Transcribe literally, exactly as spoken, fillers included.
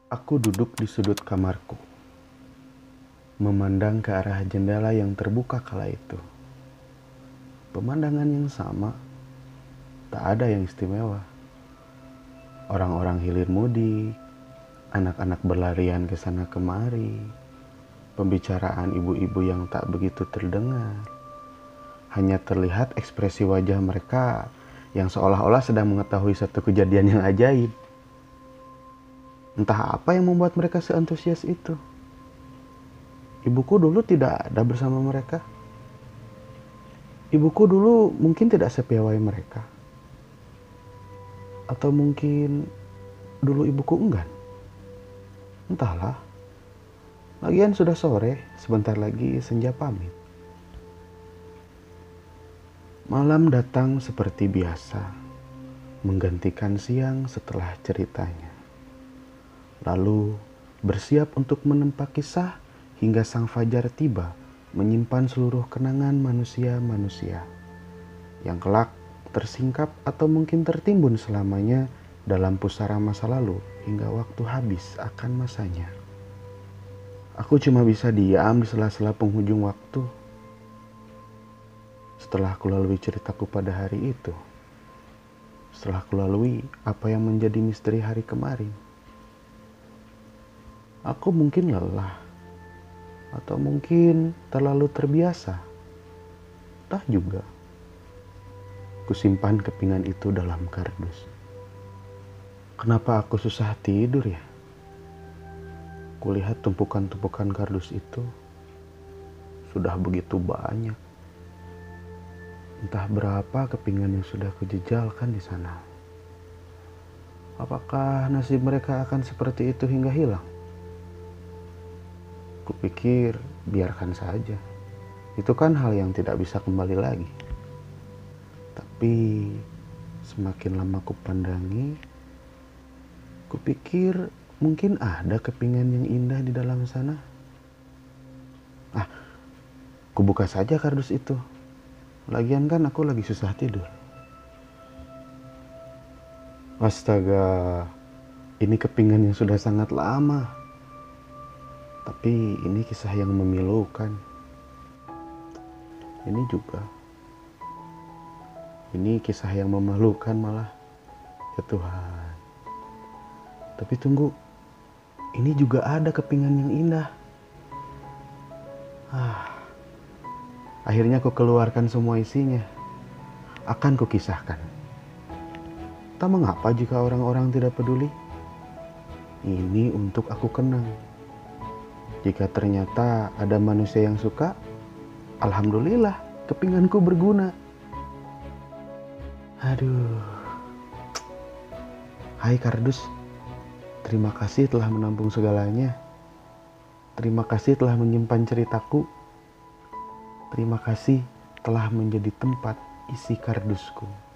Aku duduk di sudut kamarku, memandang ke arah jendela yang terbuka kala itu. Pemandangan yang sama, tak ada yang istimewa. Orang-orang hilir mudik, anak-anak berlarian ke sana kemari, pembicaraan ibu-ibu yang tak begitu terdengar. Hanya terlihat ekspresi wajah mereka yang seolah-olah sedang mengetahui satu kejadian yang ajaib. Entah apa yang membuat mereka seantusias itu. Ibuku dulu tidak ada bersama mereka. Ibuku dulu mungkin tidak sepiawai mereka. Atau mungkin dulu ibuku enggan. Entahlah. Lagian sudah sore, sebentar lagi senja pamit. Malam datang seperti biasa, menggantikan siang setelah ceritanya. Lalu bersiap untuk menempa kisah hingga sang fajar tiba, menyimpan seluruh kenangan manusia-manusia yang kelak tersingkap atau mungkin tertimbun selamanya dalam pusara masa lalu hingga waktu habis akan masanya. Aku cuma bisa diam di sela-sela penghujung waktu setelah aku lalui ceritaku pada hari itu, setelah aku lalui apa yang menjadi misteri hari kemarin. Aku mungkin lelah, atau mungkin terlalu terbiasa. Entah juga. Kusimpan kepingan itu dalam kardus. Kenapa aku susah tidur ya? Kulihat tumpukan-tumpukan kardus itu sudah begitu banyak. Entah berapa kepingan yang sudah kujejalkan di sana. Apakah nasib mereka akan seperti itu hingga hilang? Kupikir biarkan saja. Itu kan hal yang tidak bisa kembali lagi. Tapi semakin lama kupandangi, kupikir mungkin ada kepingan yang indah di dalam sana. Ah, kubuka saja kardus itu. Lagian kan aku lagi susah tidur. Astaga, ini kepingan yang sudah sangat lama. Tapi ini kisah yang memilukan. Ini juga. Ini kisah yang memalukan malah. Ya Tuhan. Tapi tunggu. Ini juga ada kepingan yang indah. Ah. Akhirnya aku keluarkan semua isinya. Akan kukisahkan. Tak mengapa jika orang-orang tidak peduli. Ini untuk aku kenang. Jika ternyata ada manusia yang suka, alhamdulillah, kepinganku berguna. Aduh. Hai kardus, terima kasih telah menampung segalanya. Terima kasih telah menyimpan ceritaku. Terima kasih telah menjadi tempat isi kardusku.